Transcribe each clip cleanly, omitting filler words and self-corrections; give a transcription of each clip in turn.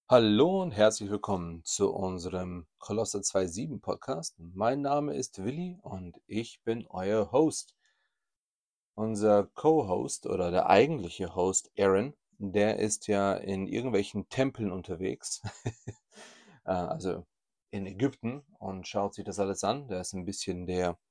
Hallo und herzlich willkommen zu unserem Kolosser 2,7 Podcast. Mein Name ist Willi und ich bin euer Host. Unser Co-Host oder der eigentliche Host Aaron, der ist ja in irgendwelchen Tempeln unterwegs, also in Ägypten und schaut sich das alles an. Der ist ein bisschen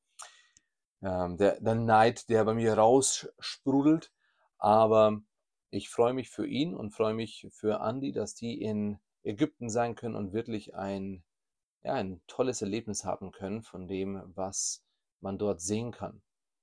der Neid, der bei mir raussprudelt. Aber ich freue mich für ihn und freue mich für Andi, dass die in Ägypten sein können und wirklich ein tolles Erlebnis haben können von dem, was man dort sehen kann.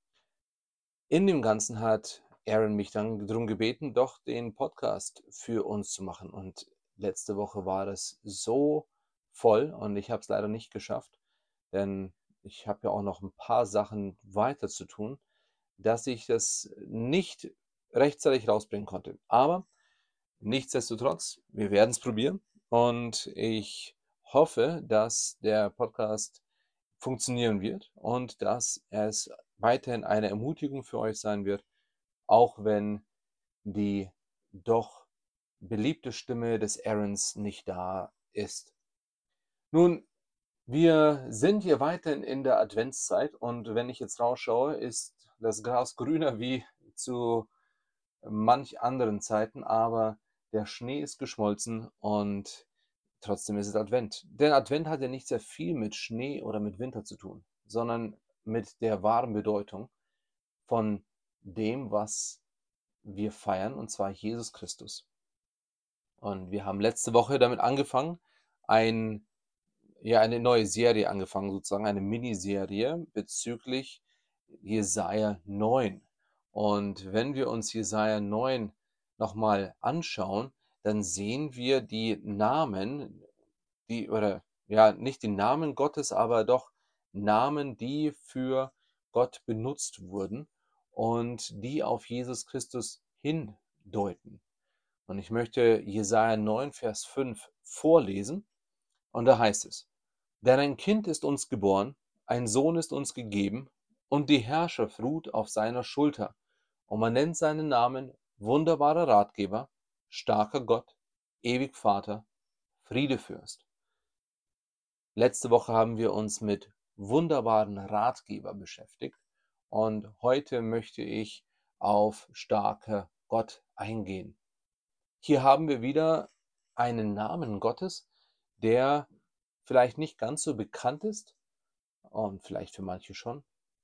In dem Ganzen hat Aaron mich dann darum gebeten, doch den Podcast für uns zu machen. Und letzte Woche war das so voll und ich habe es leider nicht geschafft, denn ich habe ja auch noch ein paar Sachen weiter zu tun, dass ich das nicht rechtzeitig rausbringen konnte. Aber nichtsdestotrotz, wir werden es probieren und ich hoffe, dass der Podcast funktionieren wird und dass es weiterhin eine Ermutigung für euch sein wird, auch wenn die doch beliebte Stimme des Aarons nicht da ist. Nun, wir sind hier weiterhin in der Adventszeit und wenn ich jetzt rausschaue, ist das Gras grüner wie zu manch anderen Zeiten, aber der Schnee ist geschmolzen und trotzdem ist es Advent. Denn Advent hat ja nicht sehr viel mit Schnee oder mit Winter zu tun, sondern mit der wahren Bedeutung von dem, was wir feiern, und zwar Jesus Christus. Und wir haben letzte Woche damit angefangen, ein, eine neue Serie angefangen, sozusagen eine Miniserie bezüglich Jesaja 9. Und wenn wir uns Jesaja 9 nochmal anschauen, dann sehen wir die Namen, oder ja, nicht die Namen Gottes, aber doch Namen, die für Gott benutzt wurden und die auf Jesus Christus hindeuten. Und ich möchte Jesaja 9, Vers 5 vorlesen. Und da heißt es: Denn ein Kind ist uns geboren, ein Sohn ist uns gegeben, und die Herrschaft ruht auf seiner Schulter. Und man nennt seinen Namen wunderbarer Ratgeber, starker Gott, ewig Vater, Friedefürst. Letzte Woche haben wir uns mit wunderbaren Ratgeber beschäftigt und heute möchte ich auf starker Gott eingehen. Hier haben wir wieder einen Namen Gottes, der vielleicht nicht ganz so bekannt ist und vielleicht für manche schon,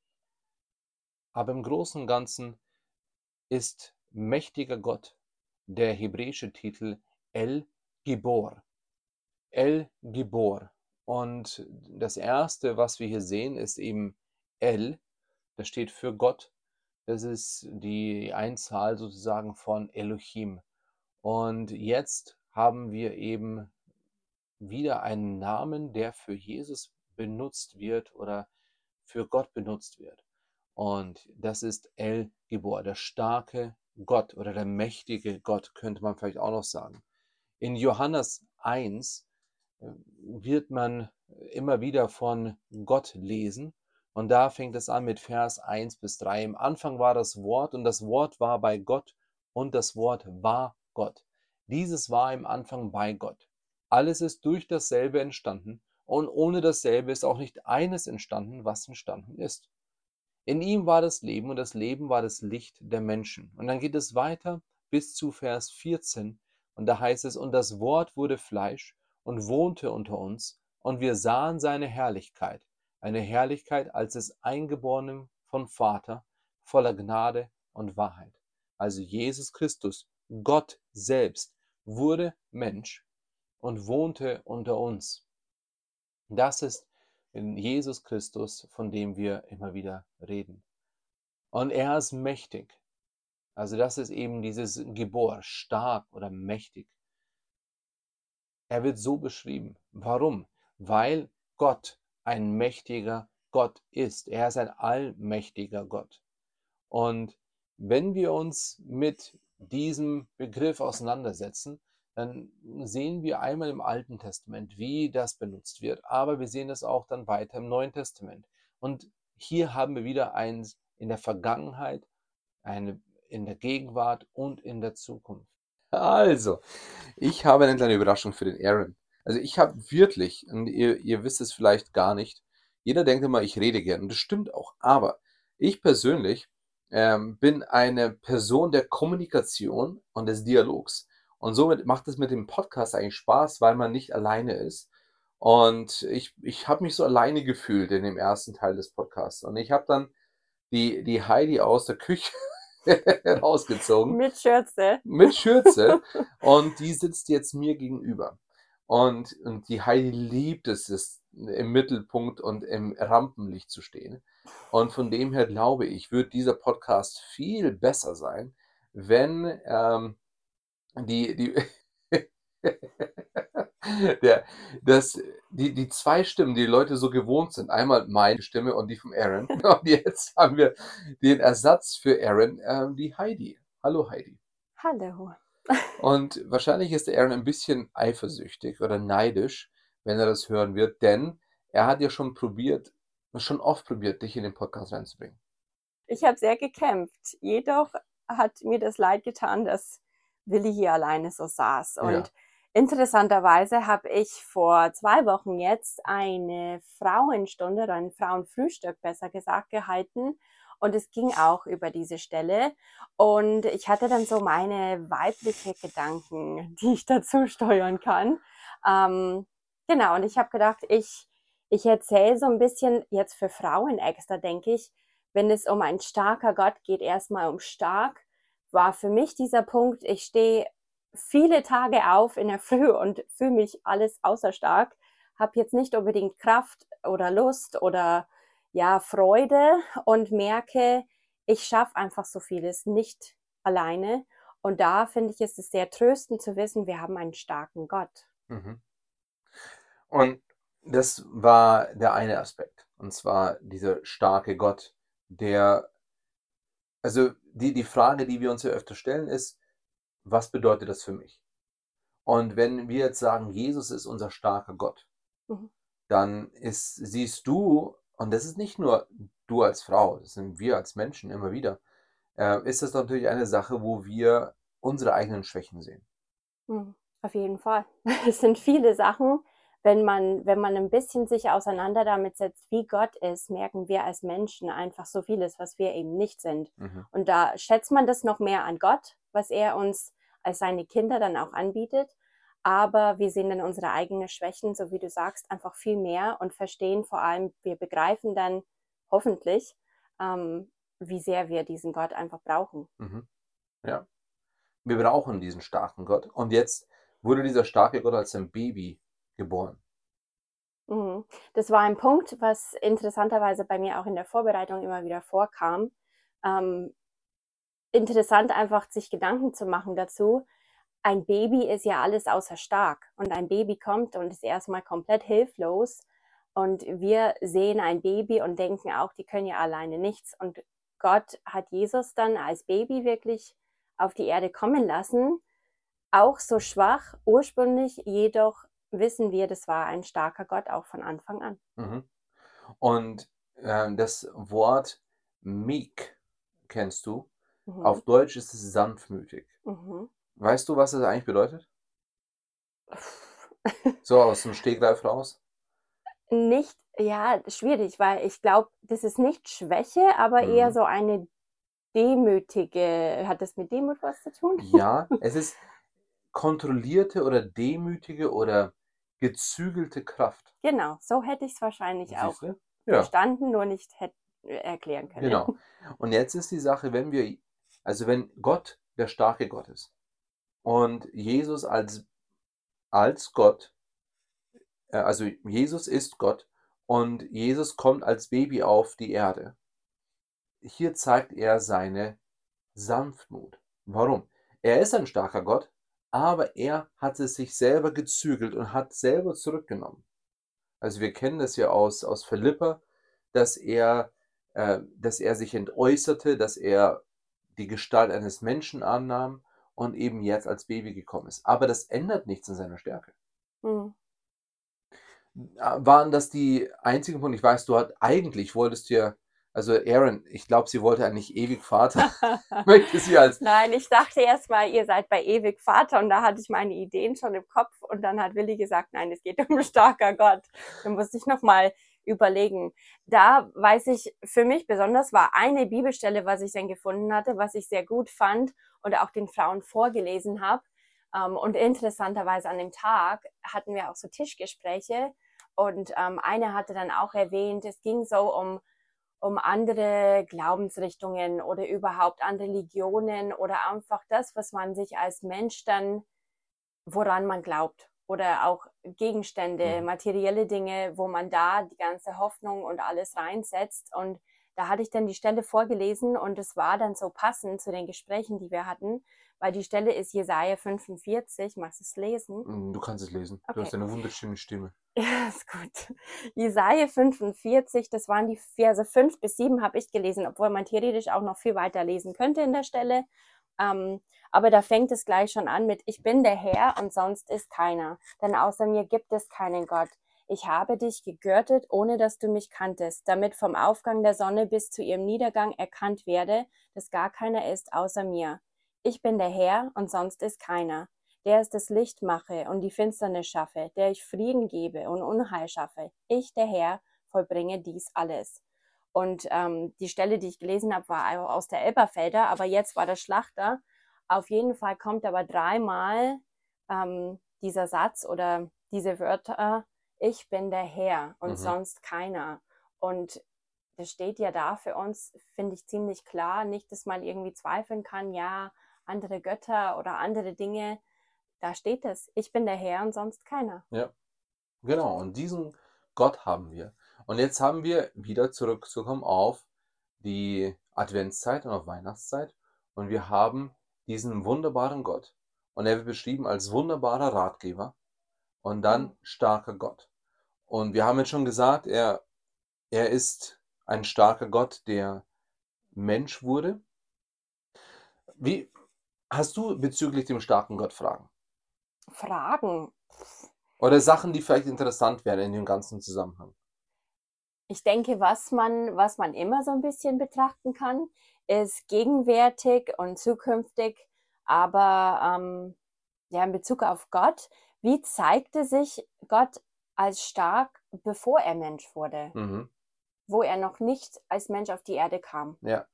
aber im Großen und Ganzen ist mächtiger Gott der hebräische Titel El Gibor. El Gibor. Und das erste, was wir hier sehen, ist eben El. Das steht für Gott. Das ist die Einzahl sozusagen von Elohim. Und jetzt haben wir eben wieder einen Namen, der für Jesus benutzt wird oder für Gott benutzt wird. Und das ist El Gibor, der starke Gott oder der mächtige Gott, könnte man vielleicht auch noch sagen. In Johannes 1 wird man immer wieder von Gott lesen. Und da fängt es an mit Vers 1 bis 3. Im Anfang war das Wort und das Wort war bei Gott und das Wort war Gott. Dieses war im Anfang bei Gott. Alles ist durch dasselbe entstanden und ohne dasselbe ist auch nicht eines entstanden, was entstanden ist. In ihm war das Leben und das Leben war das Licht der Menschen. Und dann geht es weiter bis zu Vers 14 und da heißt es, und das Wort wurde Fleisch und wohnte unter uns und wir sahen seine Herrlichkeit, eine Herrlichkeit als des Eingeborenen vom Vater, voller Gnade und Wahrheit. Also Jesus Christus, Gott selbst, wurde Mensch und wohnte unter uns. Das ist in Jesus Christus, von dem wir immer wieder reden. Und er ist mächtig. Also das ist eben dieses Gebor, stark oder mächtig. Er wird so beschrieben. Warum? Weil Gott ein mächtiger Gott ist. Er ist ein allmächtiger Gott. Und wenn wir uns mit diesem Begriff auseinandersetzen, dann sehen wir einmal im Alten Testament, wie das benutzt wird, aber wir sehen es auch dann weiter im Neuen Testament. Und hier haben wir wieder eins in der Vergangenheit, eine in der Gegenwart und in der Zukunft. Also, ich habe eine kleine Überraschung für den Aaron. Also ich habe wirklich, und ihr wisst es vielleicht gar nicht, jeder denkt immer, ich rede gern, und das stimmt auch. Aber ich persönlich bin eine Person der Kommunikation und des Dialogs. Und somit macht es mit dem Podcast eigentlich Spaß, weil man nicht alleine ist. Und ich habe mich so alleine gefühlt in dem ersten Teil des Podcasts. Und ich habe dann die Heidi aus der Küche rausgezogen Mit Schürze. mit Schürze, und die sitzt jetzt mir gegenüber. Und die Heidi liebt es, im Mittelpunkt und im Rampenlicht zu stehen. Und von dem her glaube ich, wird dieser Podcast viel besser sein, wenn die der, das, die zwei Stimmen, die Leute so gewohnt sind, einmal meine Stimme und die von Aaron. Und jetzt haben wir den Ersatz für Aaron, die Heidi. Hallo Heidi. Hallo. Und wahrscheinlich ist der Aaron ein bisschen eifersüchtig oder neidisch, wenn er das hören wird, denn er hat ja schon oft probiert, dich in den Podcast reinzubringen. Ich habe sehr gekämpft. Jedoch hat mir das leid getan, dass Willi hier alleine so saß. Ja. Und interessanterweise habe ich vor 2 Wochen jetzt eine Frauenstunde oder ein Frauenfrühstück besser gesagt gehalten. Und es ging auch über diese Stelle. Und ich hatte dann so meine weibliche Gedanken, die ich dazu steuern kann. Genau, und ich habe gedacht, ich erzähle so ein bisschen jetzt für Frauen extra, denke ich, wenn es um ein starker Gott geht, erstmal um stark, war für mich dieser Punkt, ich stehe viele Tage auf in der Früh und fühle mich alles außer stark, habe jetzt nicht unbedingt Kraft oder Lust oder ja, Freude und merke, ich schaffe einfach so vieles nicht alleine. Und da finde ich, ist es sehr tröstend zu wissen, wir haben einen starken Gott. Mhm. Und das war der eine Aspekt. Und zwar dieser starke Gott, der, also die Frage, die wir uns ja öfter stellen, ist, was bedeutet das für mich? Und wenn wir jetzt sagen, Jesus ist unser starker Gott, Mhm. dann siehst du, und das ist nicht nur du als Frau, das sind wir als Menschen immer wieder, ist das natürlich eine Sache, wo wir unsere eigenen Schwächen sehen. Mhm. Auf jeden Fall. Es sind viele Sachen. Wenn man ein bisschen sich auseinander damit setzt, wie Gott ist, merken wir als Menschen einfach so vieles, was wir eben nicht sind. Mhm. Und da schätzt man das noch mehr an Gott, was er uns als seine Kinder dann auch anbietet. Aber wir sehen dann unsere eigenen Schwächen, so wie du sagst, einfach viel mehr und verstehen vor allem, wir begreifen dann hoffentlich, wie sehr wir diesen Gott einfach brauchen. Mhm. Ja. Wir brauchen diesen starken Gott. Und jetzt wurde dieser starke Gott als ein Baby geboren. Mhm. Das war ein Punkt, was interessanterweise bei mir auch in der Vorbereitung immer wieder vorkam. Ähm, Interessant einfach, sich Gedanken zu machen dazu. Ein Baby ist ja alles außer stark und ein Baby kommt und ist erstmal komplett hilflos und wir sehen ein Baby und denken auch, die können ja alleine nichts und Gott hat Jesus dann als Baby wirklich auf die Erde kommen lassen, auch so schwach ursprünglich, jedoch wissen wir, das war ein starker Gott auch von Anfang an. Mhm. Und das Wort meek kennst du. Mhm. Auf Deutsch ist es sanftmütig. Mhm. Weißt du, was das eigentlich bedeutet? So aus dem Stegreif raus? Nicht, ja, schwierig, weil ich glaube, das ist nicht Schwäche, aber eher Mhm. so eine demütige, hat das mit Demut was zu tun? Ja, es ist kontrollierte oder demütige oder gezügelte Kraft. Genau, so hätte ich es wahrscheinlich Siehst auch du? Ja, verstanden, nur nicht erklären können. genau. Und jetzt ist die Sache, wenn Gott der starke Gott ist und Jesus als Gott, also Jesus ist Gott und Jesus kommt als Baby auf die Erde. Hier zeigt er seine Sanftmut. Warum? Er ist ein starker Gott, aber er hat es sich selber gezügelt und hat selber zurückgenommen. Also wir kennen das ja aus Philipper, dass er sich entäußerte, dass er die Gestalt eines Menschen annahm und eben jetzt als Baby gekommen ist. Aber das ändert nichts an seiner Stärke. Mhm. Waren das die einzigen Punkte? Ich weiß, eigentlich wolltest du ja Also Aaron, ich glaube, sie wollte eigentlich ewig Vater. Möchte sie als... Nein, ich dachte erst mal, ihr seid bei ewig Vater und da hatte ich meine Ideen schon im Kopf und dann hat Willi gesagt, nein, es geht um einen starker Gott. Dann musste ich nochmal überlegen. Da weiß ich, für mich besonders war eine Bibelstelle, was ich dann gefunden hatte, was ich sehr gut fand und auch den Frauen vorgelesen habe. Und interessanterweise an dem Tag hatten wir auch so Tischgespräche und eine hatte dann auch erwähnt, es ging so um andere Glaubensrichtungen oder überhaupt an Religionen oder einfach das, was man sich als Mensch dann, woran man glaubt. Oder auch Gegenstände, materielle Dinge, wo man da die ganze Hoffnung und alles reinsetzt. Und da hatte ich dann die Stelle vorgelesen und es war dann so passend zu den Gesprächen, die wir hatten, weil die Stelle ist Jesaja 45. Magst du es lesen? Du kannst es lesen. Du Okay. hast eine wunderschöne Stimme. Ja, ist gut. Jesaja 45, das waren die Verse 5 bis 7 habe ich gelesen, obwohl man theoretisch auch noch viel weiter lesen könnte in der Stelle. Aber da fängt es gleich schon an mit, ich bin der Herr und sonst ist keiner, denn außer mir gibt es keinen Gott. Ich habe dich gegürtet, ohne dass du mich kanntest, damit vom Aufgang der Sonne bis zu ihrem Niedergang erkannt werde, dass gar keiner ist außer mir. Ich bin der Herr und sonst ist keiner, der es das Licht mache und die Finsternis schaffe, der ich Frieden gebe und Unheil schaffe. Ich, der Herr, vollbringe dies alles. Und die Stelle, die ich gelesen habe, war aus der Elberfelder, aber jetzt war der Schlachter. Auf jeden Fall kommt aber dreimal dieser Satz oder diese Wörter, ich bin der Herr und sonst keiner. Und das steht ja da für uns, finde ich ziemlich klar, nicht, dass man irgendwie zweifeln kann, ja, andere Götter oder andere Dinge, da steht es, ich bin der Herr und sonst keiner. Ja, genau. Und diesen Gott haben wir. Und jetzt haben wir wieder zurückzukommen auf die Adventszeit und auf Weihnachtszeit. Und wir haben diesen wunderbaren Gott. Und er wird beschrieben als wunderbarer Ratgeber und dann starker Gott. Und wir haben jetzt schon gesagt, er ist ein starker Gott, der Mensch wurde. Wie hast du bezüglich dem starken Gott Fragen? Fragen. Oder Sachen, die vielleicht interessant wären in dem ganzen Zusammenhang? Ich denke, was man immer so ein bisschen betrachten kann, ist gegenwärtig und zukünftig, aber ja, in Bezug auf Gott, wie zeigte sich Gott als stark, bevor er Mensch wurde, Mhm. wo er noch nicht als Mensch auf die Erde kam? Ja.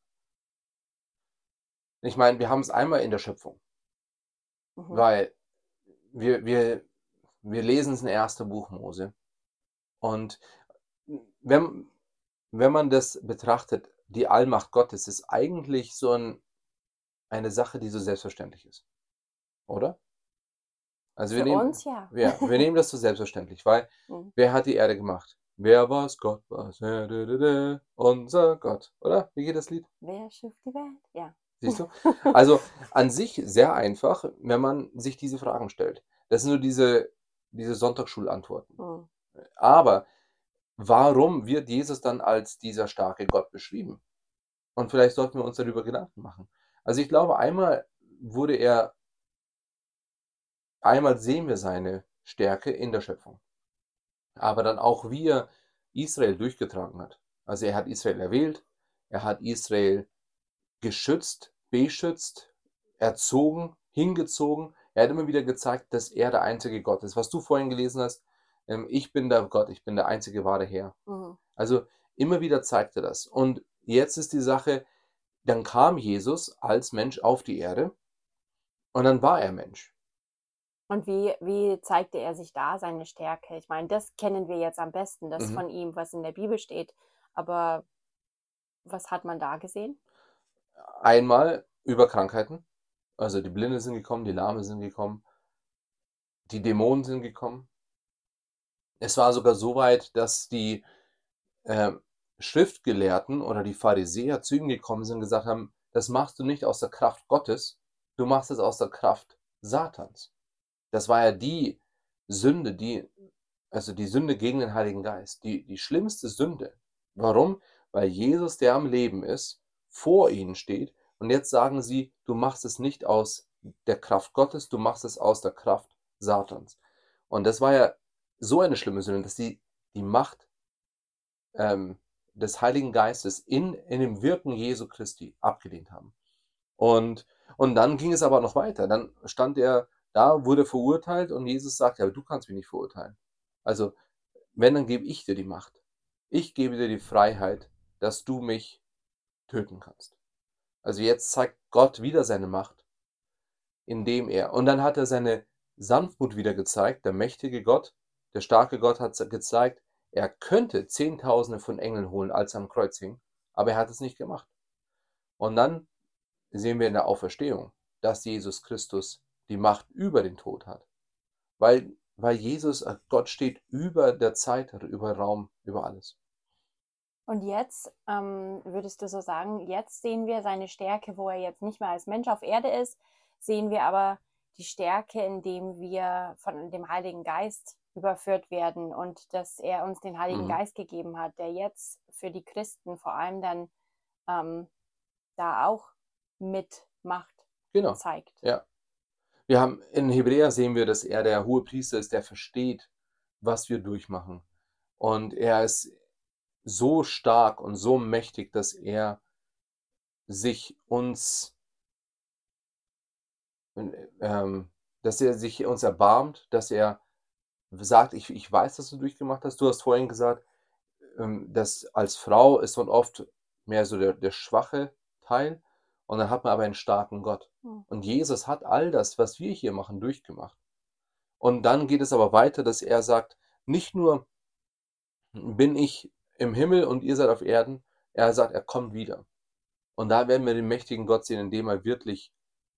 Ich meine, wir haben es einmal in der Schöpfung, Mhm. weil wir, wir, wir lesen es in 1. Buch Mose. Und wenn, wenn man das betrachtet, die Allmacht Gottes ist eigentlich so eine Sache, die so selbstverständlich ist, oder? Also Für uns ja. wir nehmen das so selbstverständlich, weil Mhm. wer hat die Erde gemacht? Wer war's? Gott war's. Unser Gott, oder? Wie geht das Lied? Wer schuf die Welt? Ja. Siehst du? Also an sich sehr einfach, wenn man sich diese Fragen stellt. Das sind nur diese Sonntagsschulantworten. Mhm. Aber warum wird Jesus dann als dieser starke Gott beschrieben? Und vielleicht sollten wir uns darüber Gedanken machen. Also ich glaube, einmal sehen wir seine Stärke in der Schöpfung. Aber dann auch, wie er Israel durchgetragen hat. Also er hat Israel erwählt, er hat Israel geschützt, beschützt, erzogen, hingezogen. Er hat immer wieder gezeigt, dass er der einzige Gott ist. Was du vorhin gelesen hast, ich bin der Gott, ich bin der einzige wahre Herr. Mhm. Also immer wieder zeigt er das. Und jetzt ist die Sache, dann kam Jesus als Mensch auf die Erde und dann war er Mensch. Und wie zeigte er sich da seine Stärke? Ich meine, das kennen wir jetzt am besten, das Mhm. von ihm, was in der Bibel steht. Aber was hat man da gesehen? Einmal über Krankheiten. Also die Blinde sind gekommen, die Lahme sind gekommen, die Dämonen sind gekommen. Es war sogar so weit, dass die ähm, Schriftgelehrten oder die Pharisäer zu ihm gekommen sind und gesagt haben, das machst du nicht aus der Kraft Gottes, du machst es aus der Kraft Satans. Das war ja die Sünde, also die Sünde gegen den Heiligen Geist, die schlimmste Sünde. Warum? Weil Jesus, der am Leben ist, vor ihnen steht und jetzt sagen sie, du machst es nicht aus der Kraft Gottes, du machst es aus der Kraft Satans. Und das war ja so eine schlimme Sünde, dass die Macht ähm, des Heiligen Geistes in dem Wirken Jesu Christi abgelehnt haben. Und dann ging es aber noch weiter. Dann stand er da, wurde verurteilt und Jesus sagt, ja, aber du kannst mich nicht verurteilen. Also, wenn, dann gebe ich dir die Macht. Ich gebe dir die Freiheit, dass du mich töten kannst. Also jetzt zeigt Gott wieder seine Macht, indem und dann hat er seine Sanftmut wieder gezeigt, der mächtige Gott, der starke Gott hat gezeigt, er könnte Zehntausende von Engeln holen, als er am Kreuz hing, aber er hat es nicht gemacht. Und dann sehen wir in der Auferstehung, dass Jesus Christus die Macht über den Tod hat. Weil Jesus, Gott steht über der Zeit, über Raum, über alles. Und jetzt würdest du so sagen, jetzt sehen wir seine Stärke, wo er jetzt nicht mehr als Mensch auf Erde ist, sehen wir aber die Stärke, indem wir von dem Heiligen Geist überführt werden und dass er uns den Heiligen Geist gegeben hat, der jetzt für die Christen vor allem dann da auch Mitmacht zeigt. Ja. Wir haben in Hebräer sehen wir, dass er der hohe Priester ist, der versteht, was wir durchmachen. Und er ist so stark und so mächtig, dass er sich uns erbarmt, dass er sagt, ich weiß, dass du durchgemacht hast. Du hast vorhin gesagt, dass als Frau ist man oft mehr so der schwache Teil und dann hat man aber einen starken Gott. Und Jesus hat all das, was wir hier machen, durchgemacht. Und dann geht es aber weiter, dass er sagt, nicht nur bin ich im Himmel und ihr seid auf Erden, er sagt, er kommt wieder. Und da werden wir den mächtigen Gott sehen, indem er wirklich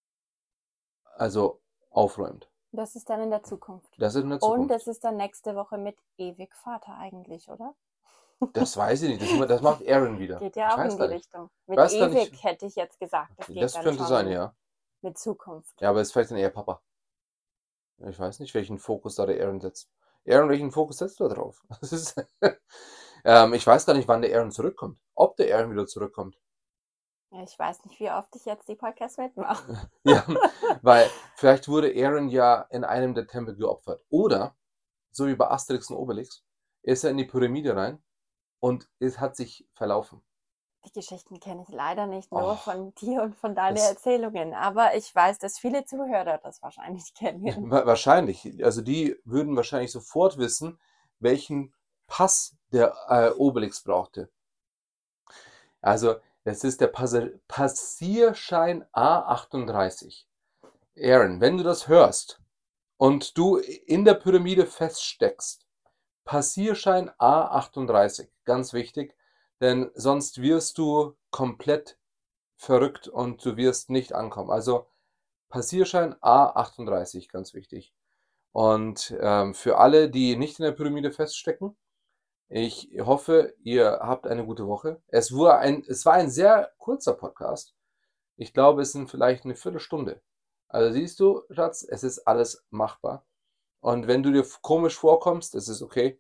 aufräumt. Das ist dann in der Zukunft. Das ist in der Zukunft. Und das ist dann nächste Woche mit Ewig Vater eigentlich, oder? Das weiß ich nicht. Das macht Aaron wieder. Geht ja auch in die Richtung. Mit Weiß gar ewig nicht. hätte ich jetzt gesagt. Das geht Das dann könnte schon sein, ja. mit Zukunft. Ja, aber es ist vielleicht dann eher Papa. Ich weiß nicht, welchen Fokus da der Aaron setzt. Aaron, welchen Fokus setzt du da drauf? Das ist ich weiß gar nicht, wann der Aaron zurückkommt. Ob der Aaron wieder zurückkommt. Ja, ich weiß nicht, wie oft ich jetzt die Podcasts mitmache. Ja, weil vielleicht wurde Aaron ja in einem der Tempel geopfert. Oder, so wie bei Asterix und Obelix, ist er in die Pyramide rein und es hat sich verlaufen. Die Geschichten kenne ich leider nicht, nur von dir und von deinen Erzählungen. Aber ich weiß, dass viele Zuhörer das wahrscheinlich kennen. Wahrscheinlich. Also die würden wahrscheinlich sofort wissen, welchen Pass der Obelix brauchte. Also das ist der Passierschein A38. Aaron, wenn du das hörst und du in der Pyramide feststeckst, Passierschein A38, ganz wichtig, denn sonst wirst du komplett verrückt und du wirst nicht ankommen. Also Passierschein A38, ganz wichtig. Und für alle, die nicht in der Pyramide feststecken, ich hoffe, ihr habt eine gute Woche. Es war ein sehr kurzer Podcast. Ich glaube, es sind vielleicht eine Viertelstunde. Also siehst du, Schatz, es ist alles machbar. Und wenn du dir komisch vorkommst, das ist okay.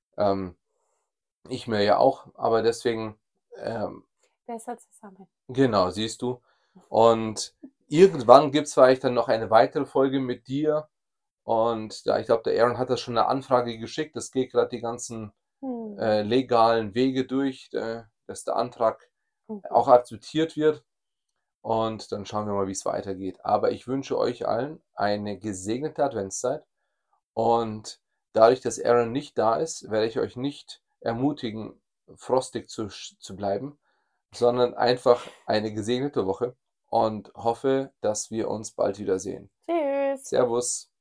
Ich mir ja auch, aber deswegen besser zusammen. Genau, siehst du. Und irgendwann gibt es vielleicht dann noch eine weitere Folge mit dir. Und ich glaube, der Aaron hat da schon eine Anfrage geschickt. Das geht gerade die ganzen legalen Wege durch, dass der Antrag auch akzeptiert wird. Und dann schauen wir mal, wie es weitergeht. Aber ich wünsche euch allen eine gesegnete Adventszeit. Und dadurch, dass Aaron nicht da ist, werde ich euch nicht ermutigen, frostig zu bleiben, sondern einfach eine gesegnete Woche und hoffe, dass wir uns bald wiedersehen. Tschüss. Servus.